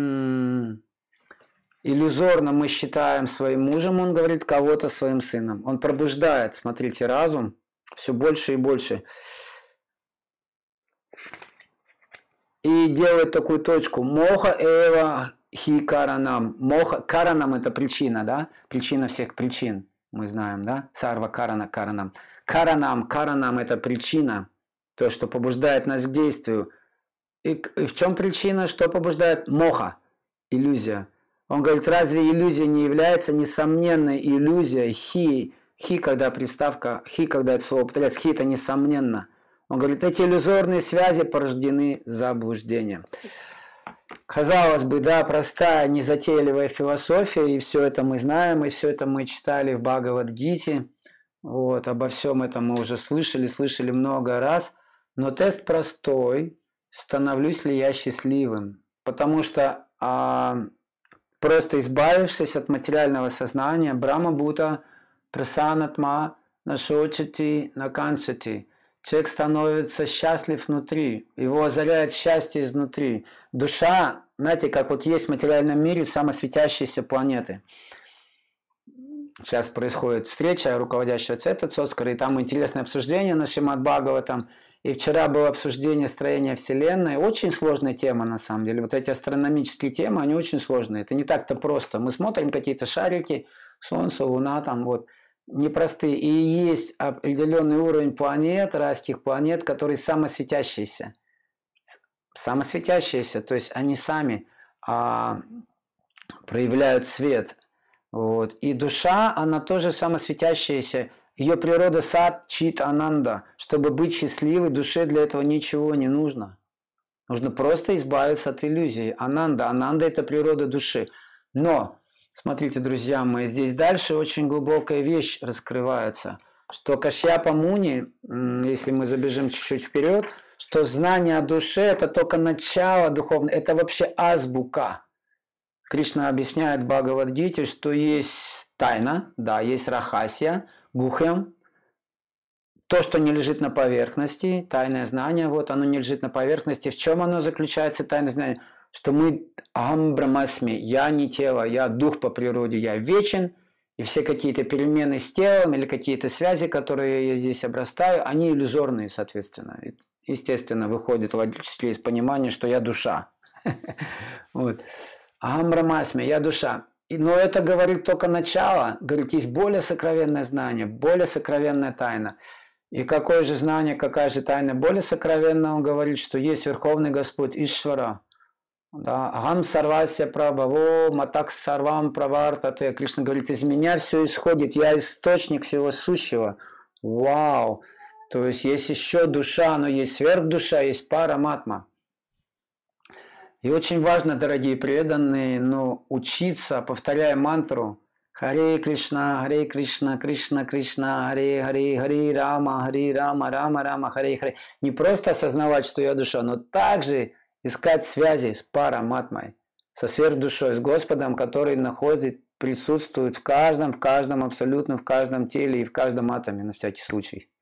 иллюзорно мы считаем своим мужем, он говорит, кого-то своим сыном. Он пробуждает, смотрите, разум все больше и больше. И делает такую точку. Моха эва хи каранам. Моха, каранам это причина, да? Причина всех причин. Мы знаем, да? Сарва карана каранам. Каранам это причина. То, что побуждает нас к действию. И в чем причина? Что побуждает? Моха. Иллюзия. Он говорит, разве иллюзия не является несомненной иллюзией? Хи, когда приставка, хи, когда это слово употребляется, хи это несомненно. Он говорит, эти иллюзорные связи порождены заблуждением. Казалось бы, да, простая, незатейливая философия, и все это мы знаем, и все это мы читали в Бхагавад-гите. Вот, обо всем этом мы уже слышали много раз. Но тест простой, становлюсь ли я счастливым? Потому что просто избавившись от материального сознания, Брахма-бхута прасанатма нашочати наканчати. Человек становится счастлив внутри, его озаряет счастье изнутри. Душа, знаете, как вот есть в материальном мире самосветящиеся планеты. Сейчас происходит встреча руководящего центра Цоскара, и там интересное обсуждение на Шримад Бхагаватам. И вчера было обсуждение строения Вселенной. Очень сложная тема, на самом деле. Вот эти астрономические темы, они очень сложные. Это не так-то просто. Мы смотрим какие-то шарики, Солнце, Луна, там вот. Непростые. И есть определенный уровень планет, райских планет, которые самосветящиеся. Самосветящиеся, то есть они сами проявляют свет. Вот. И душа, она тоже самосветящаяся. Ее природа сат, чит, ананда. Чтобы быть счастливой, душе для этого ничего не нужно. Нужно просто избавиться от иллюзии. Ананда. Ананда – это природа души. Но смотрите, друзья мои, здесь дальше очень глубокая вещь раскрывается, что Кашьяпа Муни, если мы забежим чуть-чуть вперед, что знание о душе – это только начало духовного, это вообще азбука. Кришна объясняет в Бхагавад-гите, что есть тайна, да, есть рахасия, гухьям, то, что не лежит на поверхности, тайное знание, вот оно не лежит на поверхности. В чем оно заключается, тайное знание? Что мы ахам брамасми, я не тело, я дух по природе, я вечен, и все какие-то перемены с телом или какие-то связи, которые я здесь обрастаю, они иллюзорные, соответственно. Естественно, выходит логически из понимания, что я душа. Ахам брамасми, я душа. Но это говорит только начало, говорит, есть более сокровенное знание, более сокровенная тайна. И какое же знание, какая же тайна более сокровенная? Он говорит, что есть Верховный Господь Ишвара. Да, Агам сарвася прабхаво, матак сарвам правартате. Кришна говорит, из меня все исходит, я источник всего сущего. Вау! То есть есть еще душа, но есть сверхдуша, есть параматма. И очень важно, дорогие преданные, учиться, повторяя мантру Харе Кришна, Кришна, Кришна, Харе Харе, Харе Рама, Рама Рама, Харе Харе. Не просто осознавать, что я душа, но также искать связи с параматмой, со сверхдушой, с Господом, который присутствует в каждом, абсолютно в каждом теле и в каждом атоме, на всякий случай.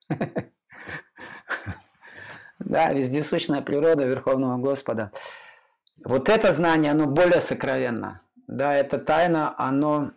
Да, вездесущная природа Верховного Господа. Вот это знание, оно более сокровенно. Да, эта тайна, она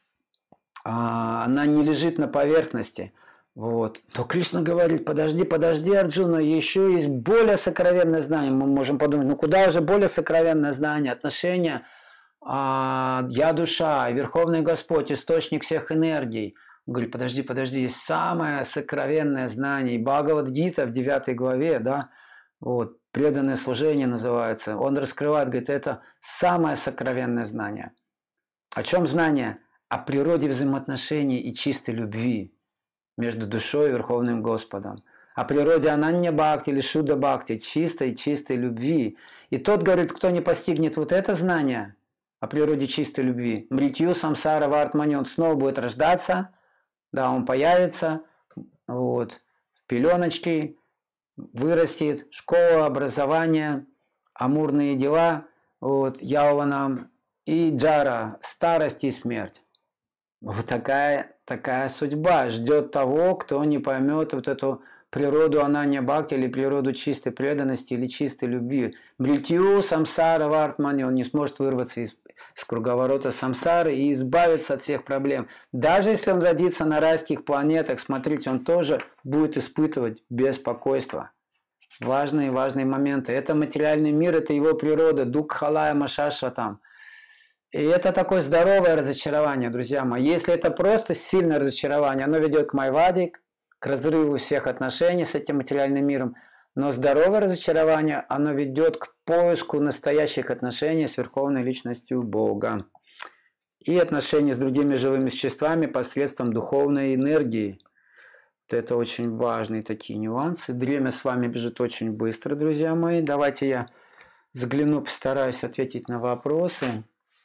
не лежит на поверхности. Вот. То Кришна говорит, подожди, Арджуна, еще есть более сокровенное знание. Мы можем подумать, куда уже более сокровенное знание, отношения я душа, Верховный Господь, источник всех энергий. Он говорит, подожди, есть самое сокровенное знание. И Бхагавад-гита в 9 главе, да, вот, преданное служение называется. Он раскрывает, говорит, это самое сокровенное знание. О чем знание? О природе взаимоотношений и чистой любви между душой и Верховным Господом. О природе ананья бхакти или шудда бхакти, чистой любви. И тот говорит, кто не постигнет вот это знание о природе чистой любви, мритью самсара вартмани, он снова будет рождаться, да, он появится, вот, пеленочки, вырастет, школа, образование, амурные дела, вот, яуванам и джара, старость и смерть. Вот такая судьба ждет того, кто не поймет вот эту природу ананья бхакти или природу чистой преданности или чистой любви. Мритью самсара вартмани, он не сможет вырваться из круговорота самсары и избавиться от всех проблем. Даже если он родится на райских планетах, смотрите, он тоже будет испытывать беспокойство. Важные моменты. Это материальный мир, это его природа, дукхалая машашватам. И это такое здоровое разочарование, друзья мои. Если это просто сильное разочарование, оно ведет к майваде, к разрыву всех отношений с этим материальным миром. Но здоровое разочарование, оно ведет к поиску настоящих отношений с Верховной Личностью Бога. И отношений с другими живыми существами посредством духовной энергии. Вот это очень важные такие нюансы. Время с вами бежит очень быстро, друзья мои. Давайте я загляну, постараюсь ответить на вопросы,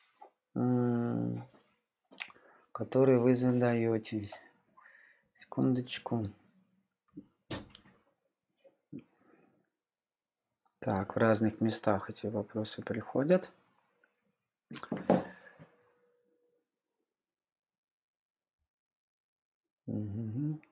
которые вы задаете. Секундочку. Так, в разных местах эти вопросы приходят. Угу.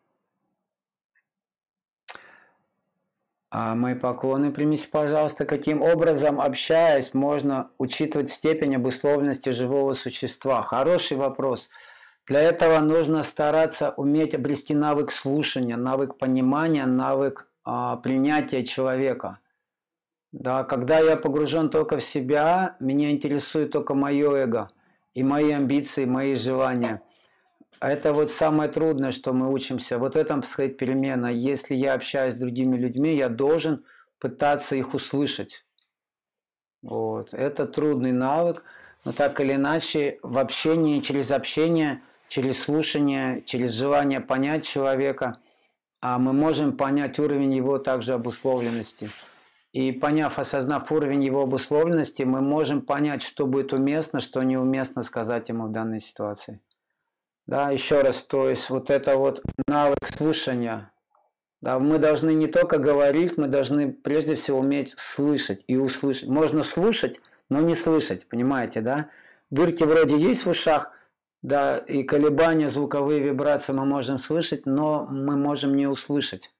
Мои поклоны примите, пожалуйста. Каким образом, общаясь, можно учитывать степень обусловленности живого существа? Хороший вопрос. Для этого нужно стараться уметь обрести навык слушания, навык понимания, навык принятия человека. Да, когда я погружен только в себя, меня интересует только мое эго и мои амбиции, мои желания. Это вот самое трудное, что мы учимся. Вот в этом происходит перемена. Если я общаюсь с другими людьми, я должен пытаться их услышать. Вот. Это трудный навык, но так или иначе в общении, через слушание, через желание понять человека, мы можем понять уровень его также обусловленности. И осознав уровень его обусловленности, мы можем понять, что будет уместно, что неуместно сказать ему в данной ситуации. Да, еще раз, то есть вот это вот навык слушания. Да, мы должны не только говорить, мы должны прежде всего уметь слышать и услышать. Можно слушать, но не слышать, понимаете, да? Дырки вроде есть в ушах, да, и колебания, звуковые вибрации мы можем слышать, но мы можем не услышать.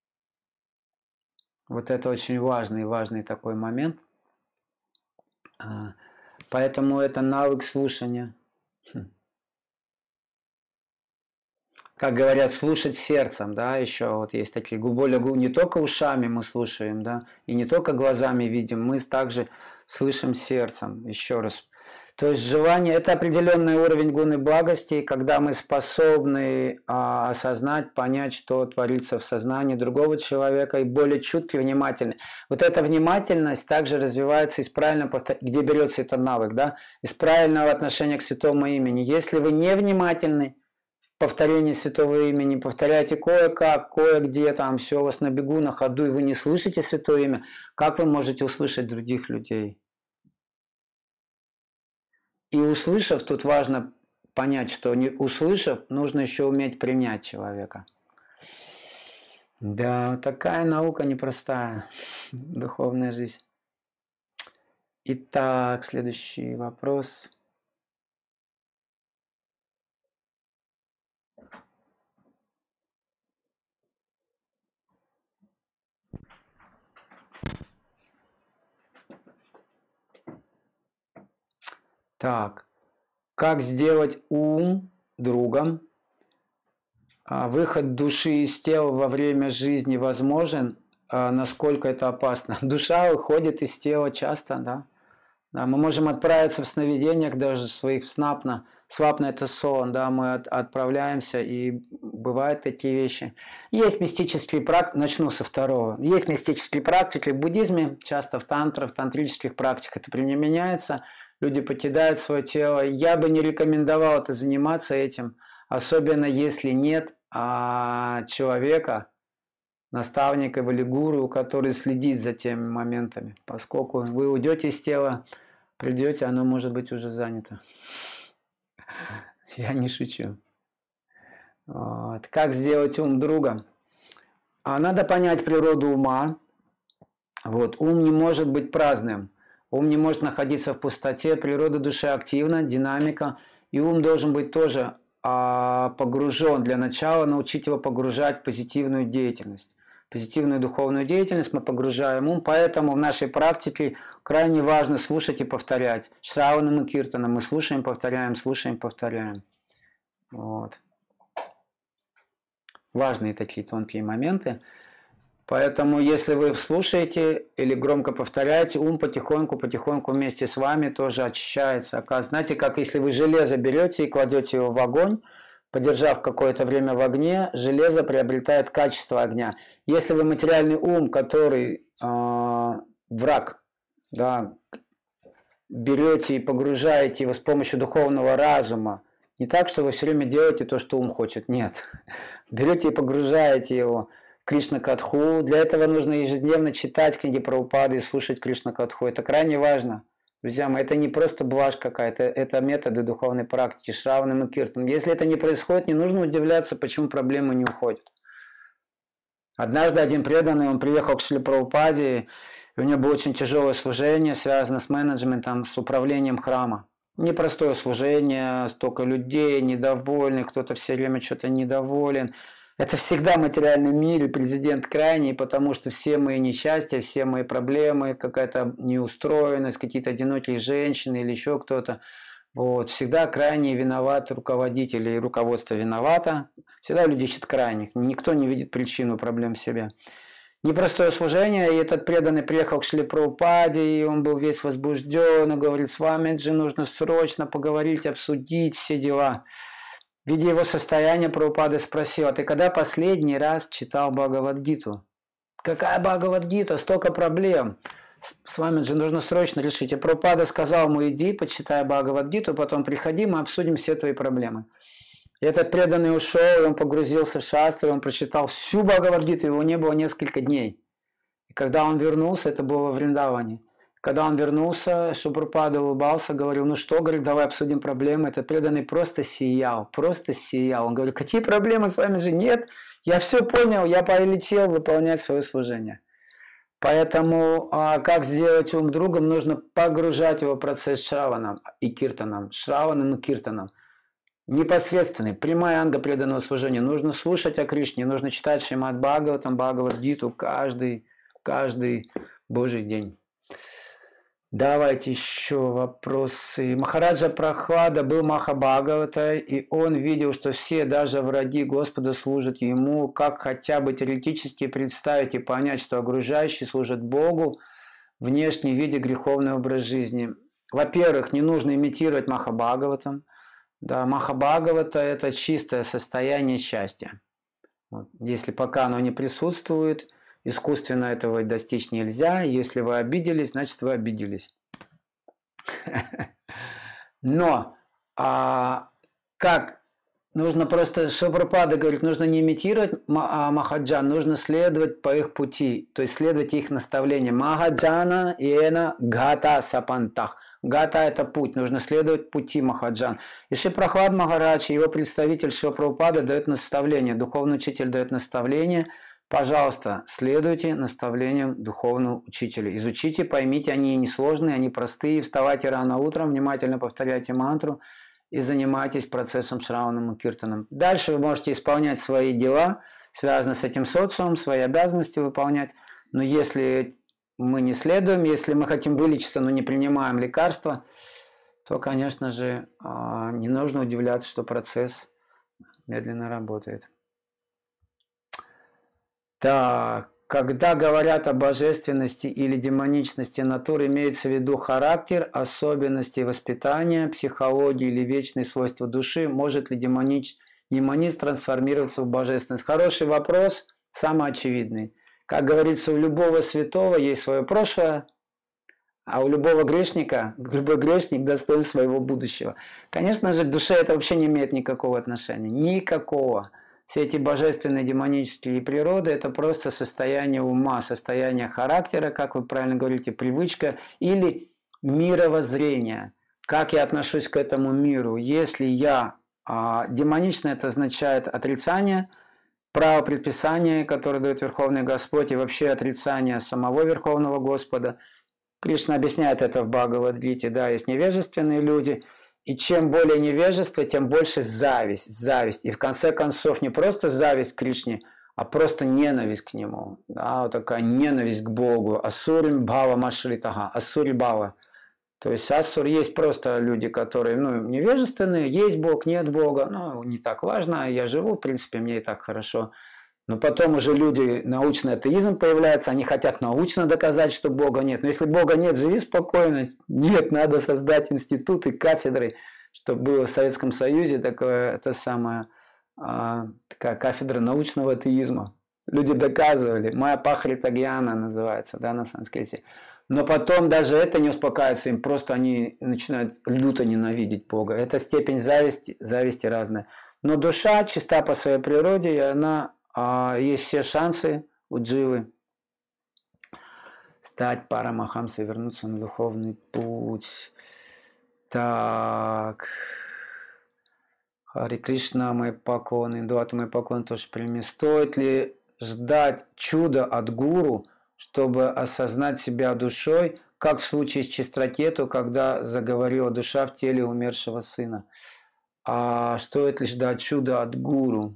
Вот это очень важный такой момент. Поэтому это навык слушания. Как говорят, слушать сердцем, да, еще вот есть такие более, не только ушами мы слушаем, да, и не только глазами видим, мы также слышим сердцем, еще раз. То есть желание – это определенный уровень гуны благости, когда мы способны осознать, понять, что творится в сознании другого человека, и более чутки, внимательны. Вот эта внимательность также развивается из правильного, где берется этот навык, да, из правильного отношения к святому имени. Если вы не внимательны, повторение святого имени, повторяйте кое-как, кое-где, там все у вас на бегу, на ходу, и вы не слышите святое имя, как вы можете услышать других людей? И услышав, тут важно понять, что не услышав, нужно еще уметь принять человека. Да, такая наука непростая, духовная жизнь. Итак, следующий вопрос. Так, как сделать ум другом? Выход души из тела во время жизни возможен? Насколько это опасно? Душа уходит из тела часто, да? Да, мы можем отправиться в сновидениях, даже своих свапна. Свапна – это сон, да, мы отправляемся, и бывают такие вещи. Есть мистические практики, начну со второго. Есть мистические практики в буддизме, часто в тантрических практиках это применяется. Люди покидают свое тело. Я бы не рекомендовал это заниматься этим, особенно если нет человека, наставника или гуру, который следит за теми моментами. Поскольку вы уйдете из тела, придете, оно может быть уже занято. Я не шучу. Вот. Как сделать ум друга? Надо понять природу ума. Вот. Ум не может быть праздным. Ум не может находиться в пустоте. Природа души активна, динамика. И ум должен быть тоже погружен. Для начала научить его погружать в позитивную деятельность. Позитивную духовную деятельность мы погружаем ум, поэтому в нашей практике крайне важно слушать и повторять. Шраванам и киртанам мы слушаем, повторяем, слушаем, повторяем. Вот. Важные такие тонкие моменты. Поэтому, если вы слушаете или громко повторяете, ум потихоньку вместе с вами тоже очищается. Знаете, как если вы железо берете и кладете его в огонь, подержав какое-то время в огне, железо приобретает качество огня. Если вы материальный ум, который враг, да, берете и погружаете его с помощью духовного разума, не так, что вы все время делаете то, что ум хочет, нет. Берете и погружаете его в Кришна-катху. Для этого нужно ежедневно читать книги Прабхупады и слушать Кришна-катху. Это крайне важно. Друзья мои, это не просто блажь какая-то, это методы духовной практики, шраванам и киртанам. Если это не происходит, не нужно удивляться, почему проблемы не уходят. Однажды один преданный, он приехал к Шриле Прабхупаде, и у него было очень тяжелое служение, связано с менеджментом, с управлением храма. Непростое служение, столько людей недовольных, кто-то все время что-то недоволен. Это всегда в материальном мире президент крайний, потому что все мои несчастья, все мои проблемы, какая-то неустроенность, какие-то одинокие женщины или еще кто-то. Вот. Всегда крайне виноват руководитель и руководство виновато. Всегда люди ищут крайних. Никто не видит причину проблем в себе. Непростое служение, и этот преданный приехал к Шриле Прабхупаде, и он был весь возбужден, и говорит: с вами же нужно срочно поговорить, обсудить все дела. Видя его состояние, Прабхупада спросил: а ты когда последний раз читал Бхагавад-гиту? Какая Бхагавад-гита? Столько проблем. С вами же нужно срочно решить. И Прабхупада сказал ему: иди, почитай Бхагавад-гиту, потом приходи, мы обсудим все твои проблемы. И этот преданный ушел, и он погрузился в шастры, он прочитал всю Бхагавад-гиту, его не было несколько дней. И когда он вернулся, это было во Вриндаване. Когда он вернулся, Шрила улыбался, говорил: ну что, говорит, давай обсудим проблемы. Этот преданный просто сиял, просто сиял. Он говорит: какие проблемы, с вами же нет? Я все понял, я полетел выполнять свое служение. Поэтому как сделать ум другом, нужно погружать его в процесс шраваном и киртаном. Шраваном и киртаном. Непосредственный, прямая анга преданного служения. Нужно слушать о Кришне, нужно читать Шримад Бхагаватам, Бхагавад-гиту каждый Божий день. Давайте еще вопросы. Махараджа Прахлада был Махабхагавата, и он видел, что все, даже враги Господа, служат ему. Как хотя бы теоретически представить и понять, что окружающие служат Богу, внешне видя греховный образ жизни? Во-первых, не нужно имитировать Махабхагаватам. Да, Махабхагавата – это чистое состояние счастья. Вот. Если пока оно не присутствует, искусственно этого достичь нельзя. Если вы обиделись, значит вы обиделись. Но как Нужно просто, что Прабхупада говорит, нужно не имитировать Махаджан, нужно следовать по их пути, то есть следовать их наставлениям. Махаджана иена гата сапантах. Гата – это путь, нужно следовать пути Махаджан. И Шри Прохлад Махарадж, его представитель Шри Прабхупада дает наставление, духовный учитель дает наставление. Пожалуйста, следуйте наставлениям духовного учителя. Изучите, поймите, они несложные, они простые. Вставайте рано утром, внимательно повторяйте мантру и занимайтесь процессом Шраваном и Киртаном. Дальше вы можете исполнять свои дела, связанные с этим социумом, свои обязанности выполнять. Но если мы не следуем, если мы хотим вылечиться, но не принимаем лекарства, то, конечно же, не нужно удивляться, что процесс медленно работает. Так, когда говорят о божественности или демоничности натуры, имеется в виду характер, особенности воспитания, психологии или вечные свойства души. Может ли демонизм трансформироваться в божественность? Хороший вопрос, самый очевидный. Как говорится, у любого святого есть свое прошлое, а у любого грешника, любой грешник достоин своего будущего. Конечно же, к душе это вообще не имеет никакого отношения. Никакого. Все эти божественные демонические природы – это просто состояние ума, состояние характера, как вы правильно говорите, привычка или мировоззрение. Как я отношусь к этому миру? Если я демонично, это означает отрицание право предписания, которое дает Верховный Господь, и вообще отрицание самого Верховного Господа. Кришна объясняет это в Бхагавад-гите, да, есть невежественные люди. И чем более невежество, тем больше зависть. И в конце концов не просто зависть к Кришне, а просто ненависть к Нему. Да, вот такая ненависть к Богу. Асурим бхава машритага. Асури бхава. То есть асур есть просто люди, которые невежественные. Есть Бог, нет Бога. Не так важно. Я живу, в принципе, мне и так хорошо. Но потом уже люди, научный атеизм появляется, они хотят научно доказать, что Бога нет. Но если Бога нет, живи спокойно. Нет, надо создать институты, кафедры, чтобы было в Советском Союзе такая кафедра научного атеизма. Люди доказывали. Майя Пахрита Гьяна называется, да, на санскрите. Но потом даже это не успокаивается им, просто они начинают люто ненавидеть Бога. Это степень зависти разная. Но душа чиста по своей природе, и она... есть все шансы у дживы стать парамахамсой, вернуться на духовный путь. Так. Хари Кришна, мои поклоны, Дуату, мои поклоны тоже прими. Стоит ли ждать чуда от гуру, чтобы осознать себя душой, как в случае с Чистракету, когда заговорила душа в теле умершего сына? А стоит ли ждать чуда от гуру?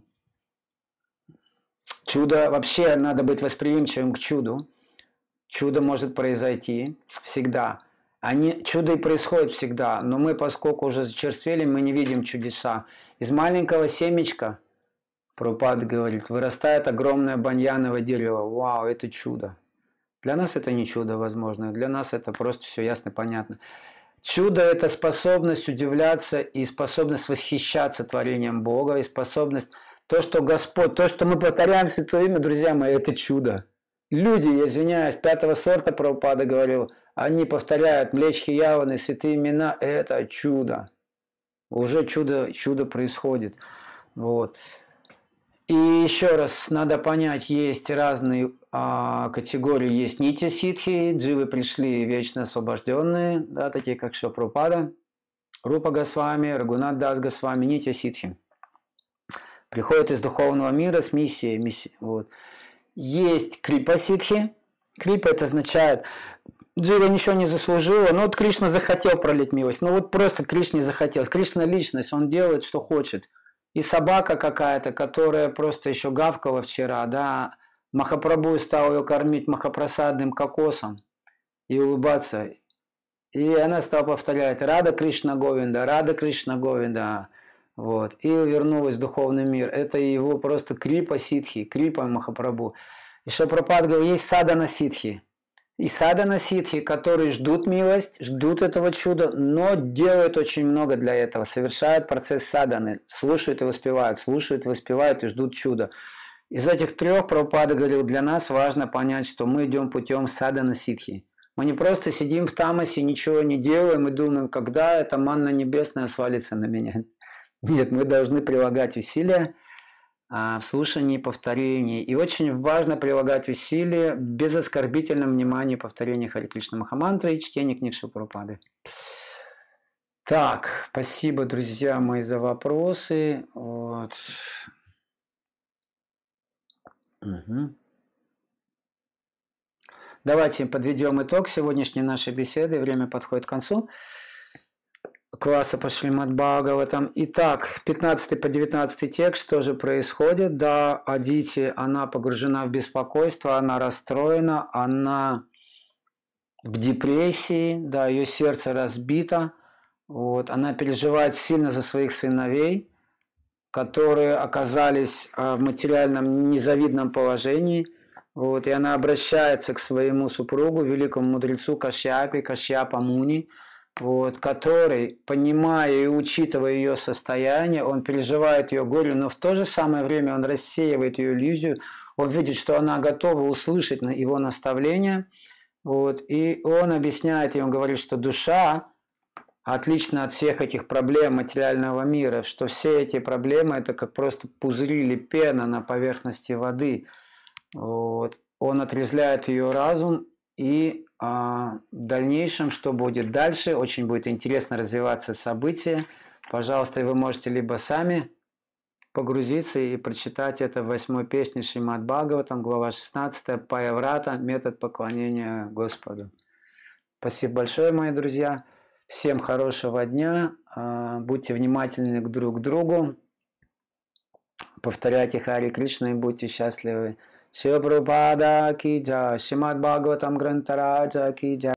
Чудо, вообще надо быть восприимчивым к чуду. Чудо может произойти всегда. Чудо и происходит всегда, но мы, поскольку уже зачерствели, мы не видим чудеса. Из маленького семечка, Прабхупада говорит, вырастает огромное баньяновое дерево. Вау, это чудо. Для нас это не чудо, возможно. Для нас это просто все ясно, понятно. Чудо – это способность удивляться и способность восхищаться творением Бога, и способность... То, что Господь, то, что мы повторяем Святое Имя, друзья мои, это чудо. Люди, я извиняюсь, 5-го сорта Прабхупада говорил, они повторяют Млечхи Яваны, святые имена, это чудо. Уже чудо происходит. Вот. И еще раз, надо понять, есть разные категории. Есть нитья-ситхи, дживы пришли вечно освобожденные, да, такие как Шрила Прабхупада, Рупа Госвами, Рагунат Дас Госвами, нитья-ситхи. Приходят из духовного мира с миссией. Вот. Есть крипа-ситхи. Крипа это означает, джива ничего не заслужила, но вот Кришна захотел пролить милость. Ну вот просто Кришне захотелось. Кришна личность, он делает, что хочет. И собака какая-то, которая просто еще гавкала вчера, да, Махапрабху стал ее кормить махапрасадным кокосом и улыбаться. И она стала повторять Рада Кришна Говинда, Рада Кришна Говинда. Вот. И вернулась в духовный мир. Это его просто крипа ситхи, крипа Махапрабху. И Шрила Прабхупада говорит, есть садана ситхи. И садана ситхи, которые ждут милость, ждут этого чуда, но делают очень много для этого. Совершают процесс саданы. Слушают и воспевают и ждут чуда. Из этих трех Прабхупада говорил, для нас важно понять, что мы идем путем садана ситхи. Мы не просто сидим в тамасе, ничего не делаем и думаем, когда эта манна небесная свалится на меня. Нет, мы должны прилагать усилия в слушании, повторении. И очень важно прилагать усилия без оскорбительного внимания повторения Харе Кришна Махамантры и чтения книг Шрилы Прабхупады. Так, спасибо, друзья мои, за вопросы. Вот. Угу. Давайте подведем итог сегодняшней нашей беседы. Время подходит к концу. Класса по Шримад Бхагаватам. Итак, 15 по 19 текст, что же происходит? Да, Адити, она погружена в беспокойство, она расстроена, она в депрессии, да, ее сердце разбито. Вот, она переживает сильно за своих сыновей, которые оказались в материальном незавидном положении. Вот, и она обращается к своему супругу, великому мудрецу Кашьяпа Муни, вот, который, понимая и учитывая ее состояние, он переживает ее горе, но в то же самое время он рассеивает ее иллюзию, он видит, что она готова услышать его наставления, вот, и он объясняет ей, он говорит, что душа отлично от всех этих проблем материального мира, что все эти проблемы это как просто пузыри или пена на поверхности воды. Вот. Он отрезвляет ее разум, и в дальнейшем, что будет дальше, очень будет интересно развиваться события. Пожалуйста, вы можете либо сами погрузиться и прочитать это в 8-й песне Шримад Бхагаватам, глава 16, Паяврата, метод поклонения Господу. Спасибо большое, мои друзья. Всем хорошего дня. Будьте внимательны друг к другу. Повторяйте Харе Кришна и будьте счастливы. Шрила Прабхупада ки джай, Шримад Бхагаватам Грантараджа ки джай.